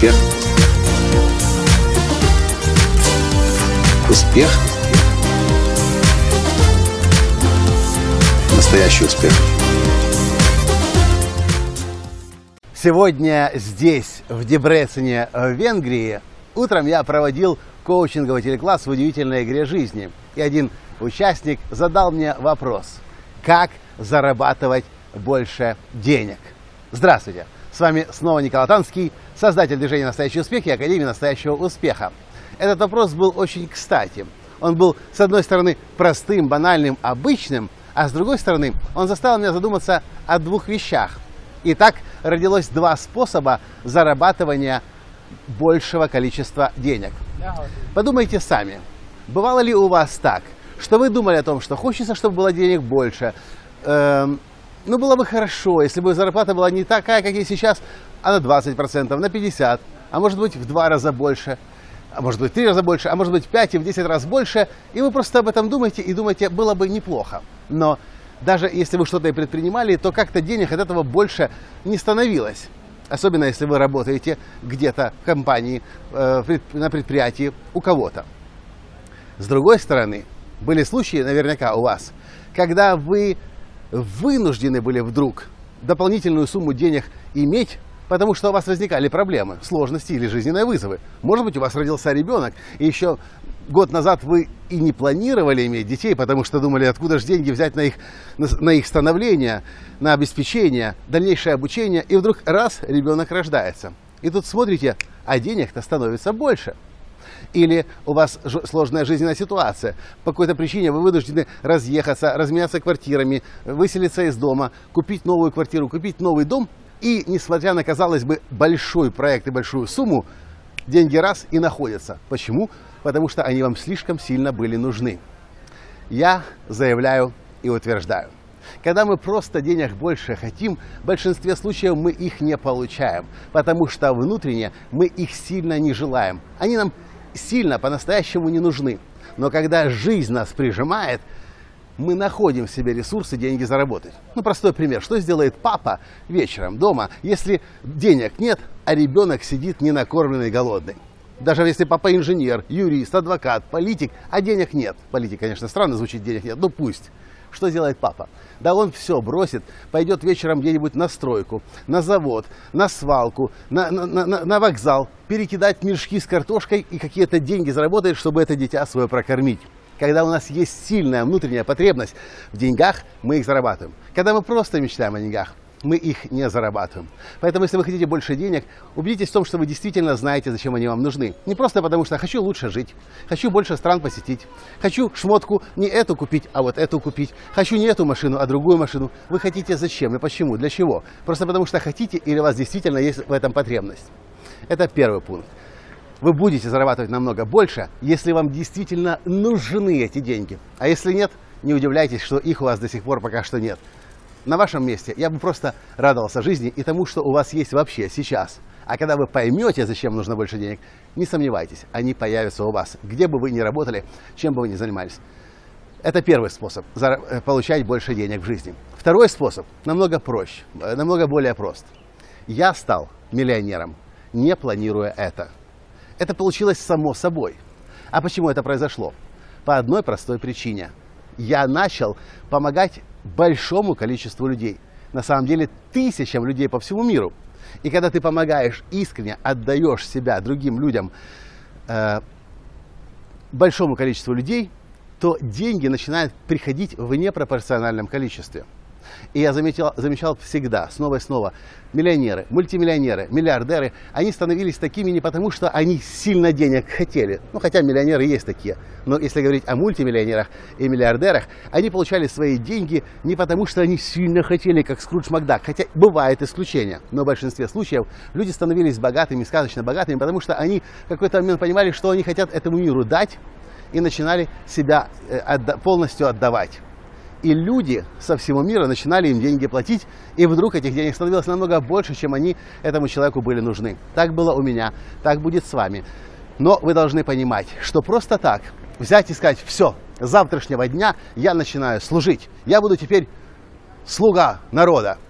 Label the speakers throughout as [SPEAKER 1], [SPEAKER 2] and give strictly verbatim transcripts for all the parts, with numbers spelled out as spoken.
[SPEAKER 1] Успех. Успех. Настоящий успех.
[SPEAKER 2] Сегодня здесь, в Дебрецене, в Венгрии, утром я проводил коучинговый телекласс в удивительной игре жизни. И один участник задал мне вопрос: как зарабатывать больше денег? Здравствуйте! С вами снова Николай Танский, создатель движения «Настоящий успех» и Академии настоящего успеха. Этот вопрос был очень кстати. Он был, с одной стороны, простым, банальным, обычным, а с другой стороны, он заставил меня задуматься о двух вещах. И так родилось два способа зарабатывания большего количества денег. Подумайте сами, бывало ли у вас так, что вы думали о том, что хочется, чтобы было денег больше, эм, ну, было бы хорошо, если бы зарплата была не такая, как и сейчас, а на двадцать процентов, на пятьдесят процентов, а может быть в два раза больше, а может быть в три раза больше, а может быть в пять и в десять раз больше, и вы просто об этом думаете и думаете, было бы неплохо. Но даже если вы что-то и предпринимали, то как-то денег от этого больше не становилось. Особенно если вы работаете где-то в компании, э, на предприятии у кого-то. С другой стороны, были случаи, наверняка у вас, когда вы вынуждены были вдруг дополнительную сумму денег иметь, потому что у вас возникали проблемы, сложности или жизненные вызовы. Может быть, у вас родился ребенок, и еще год назад вы и не планировали иметь детей, потому что думали, откуда же деньги взять на их, на, на их становление, на обеспечение, дальнейшее обучение, и вдруг раз, ребенок рождается. И тут смотрите, а денег-то становится больше. Или у вас сложная жизненная ситуация. По какой-то причине вы вынуждены разъехаться, разменяться квартирами, выселиться из дома, купить новую квартиру, купить новый дом. И, несмотря на, казалось бы, большой проект и большую сумму, деньги раз и находятся. Почему? Потому что они вам слишком сильно были нужны. Я заявляю и утверждаю. Когда мы просто денег больше хотим, в большинстве случаев мы их не получаем, потому что внутренне мы их сильно не желаем. Они нам сильно по-настоящему не нужны. Но когда жизнь нас прижимает, мы находим в себе ресурсы деньги заработать. Ну, простой пример. Что сделает папа вечером дома, если денег нет, а ребенок сидит ненакормленный, голодный? Даже если папа инженер, юрист, адвокат, политик, а денег нет. Политик, конечно, странно звучит, денег нет, но пусть. Что сделает папа? Да он все бросит, пойдет вечером где-нибудь на стройку, на завод, на свалку, на, на, на, на вокзал, перекидать мешки с картошкой и какие-то деньги заработает, чтобы это дитя свое прокормить. Когда у нас есть сильная внутренняя потребность в деньгах, мы их зарабатываем. Когда мы просто мечтаем о деньгах, мы их не зарабатываем. Поэтому, если вы хотите больше денег, убедитесь в том, что вы действительно знаете, зачем они вам нужны. Не просто потому, что хочу лучше жить, хочу больше стран посетить, хочу шмотку не эту купить, а вот эту купить, хочу не эту машину, а другую машину. Вы хотите зачем и почему, для чего? Просто потому, что хотите или у вас действительно есть в этом потребность. Это первый пункт. Вы будете зарабатывать намного больше, если вам действительно нужны эти деньги. А если нет, не удивляйтесь, что их у вас до сих пор пока что нет. На вашем месте я бы просто радовался жизни и тому, что у вас есть вообще сейчас. А когда вы поймете, зачем нужно больше денег, не сомневайтесь, они появятся у вас, где бы вы ни работали, чем бы вы ни занимались. Это первый способ получать больше денег в жизни. Второй способ намного проще, намного более прост. Я стал миллионером, не планируя это. Это получилось само собой. А почему это произошло? По одной простой причине. Я начал помогать большому количеству людей. На самом деле тысячам людей по всему миру. И когда ты помогаешь искренне, отдаешь себя другим людям, э, большому количеству людей, то деньги начинают приходить в непропорциональном количестве. И я заметил, замечал всегда, снова и снова, миллионеры, мультимиллионеры, миллиардеры, они становились такими не потому, что они сильно денег хотели. Ну, хотя миллионеры есть такие. Но если говорить о мультимиллионерах и миллиардерах, они получали свои деньги не потому, что они сильно хотели, как Скрудж Макдак. Хотя бывают исключения. Но в большинстве случаев люди становились богатыми, сказочно богатыми, потому что они в какой-то момент понимали, что они хотят этому миру дать, и начинали себя полностью отдавать. И люди со всего мира начинали им деньги платить, и вдруг этих денег становилось намного больше, чем они этому человеку были нужны. Так было у меня, так будет с вами. Но вы должны понимать, что просто так взять и сказать: все, с завтрашнего дня я начинаю служить, я буду теперь слуга народа.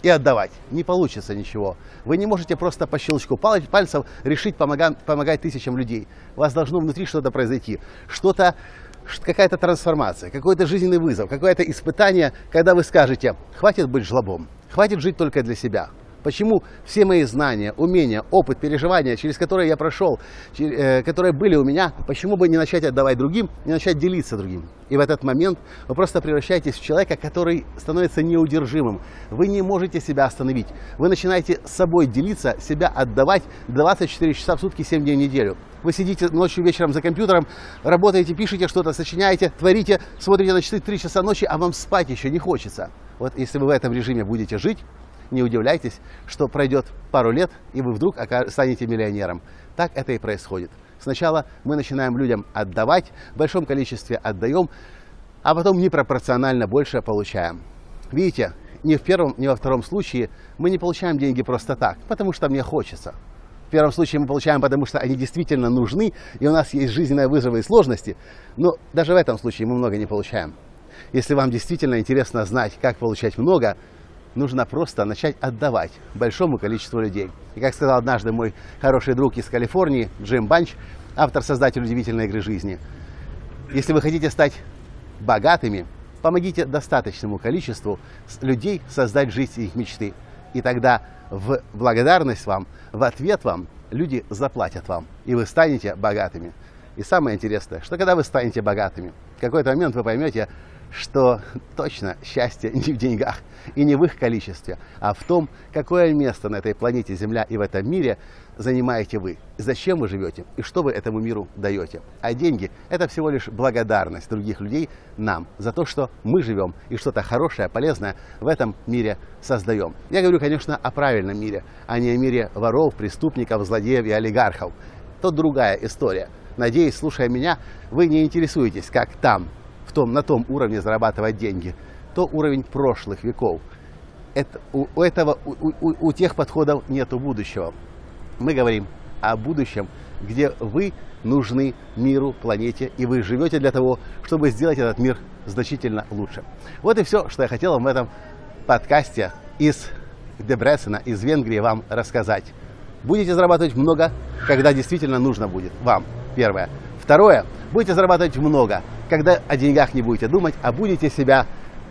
[SPEAKER 2] и отдавать. Не получится ничего. Вы не можете просто по щелчку пальцев решить помогать, помогать тысячам людей. У вас должно внутри что-то произойти. Что-то, какая-то трансформация, какой-то жизненный вызов, какое-то испытание, когда вы скажете: хватит быть жлобом, хватит жить только для себя. Почему все мои знания, умения, опыт, переживания, через которые я прошел, которые были у меня, почему бы не начать отдавать другим, не начать делиться другим? И в этот момент вы просто превращаетесь в человека, который становится неудержимым. Вы не можете себя остановить. Вы начинаете с собой делиться, себя отдавать двадцать четыре часа в сутки, семь дней в неделю. Вы сидите ночью, вечером за компьютером, работаете, пишете что-то, сочиняете, творите, смотрите на часы три часа ночи, а вам спать еще не хочется. Вот если вы в этом режиме будете жить, не удивляйтесь, что пройдет пару лет, и вы вдруг станете миллионером. Так это и происходит. Сначала мы начинаем людям отдавать, в большом количестве отдаем, а потом непропорционально больше получаем. Видите, ни в первом, ни во втором случае мы не получаем деньги просто так, потому что мне хочется. В первом случае мы получаем, потому что они действительно нужны, и у нас есть жизненные вызовы и сложности, но даже в этом случае мы много не получаем. Если вам действительно интересно знать, как получать много, нужно просто начать отдавать большому количеству людей. И как сказал однажды мой хороший друг из Калифорнии, Джим Банч, автор-создатель удивительной игры жизни: если вы хотите стать богатыми, помогите достаточному количеству людей создать жизнь их мечты. И тогда в благодарность вам, в ответ вам люди заплатят вам, и вы станете богатыми. И самое интересное, что когда вы станете богатыми, в какой-то момент вы поймете, что точно счастье не в деньгах и не в их количестве, а в том, какое место на этой планете Земля и в этом мире занимаете вы, зачем вы живете и что вы этому миру даете. А деньги – это всего лишь благодарность других людей нам за то, что мы живем и что-то хорошее, полезное в этом мире создаем. Я говорю, конечно, о правильном мире, а не о мире воров, преступников, злодеев и олигархов. То другая история. Надеюсь, слушая меня, вы не интересуетесь, как там, в том, на том уровне зарабатывать деньги. То уровень прошлых веков. Это, у, у, этого, у, у, у тех подходов нету будущего. Мы говорим о будущем, где вы нужны миру, планете, и вы живете для того, чтобы сделать этот мир значительно лучше. Вот и все, что я хотел вам в этом подкасте из Дебрецена, из Венгрии вам рассказать. Будете зарабатывать много, когда действительно нужно будет вам. Первое. Второе. Будете зарабатывать много, когда о деньгах не будете думать, а будете себя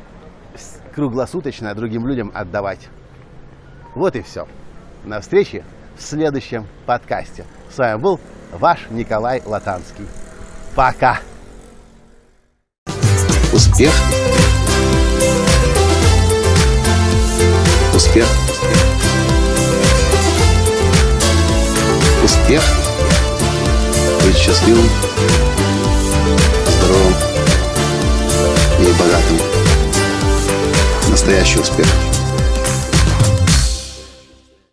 [SPEAKER 2] круглосуточно другим людям отдавать. Вот и все. На встрече в следующем подкасте. С вами был ваш Николай Латанский. Пока!
[SPEAKER 1] Успех. Успех. Успех. Быть счастливым, здоровым и богатым. Настоящий успех.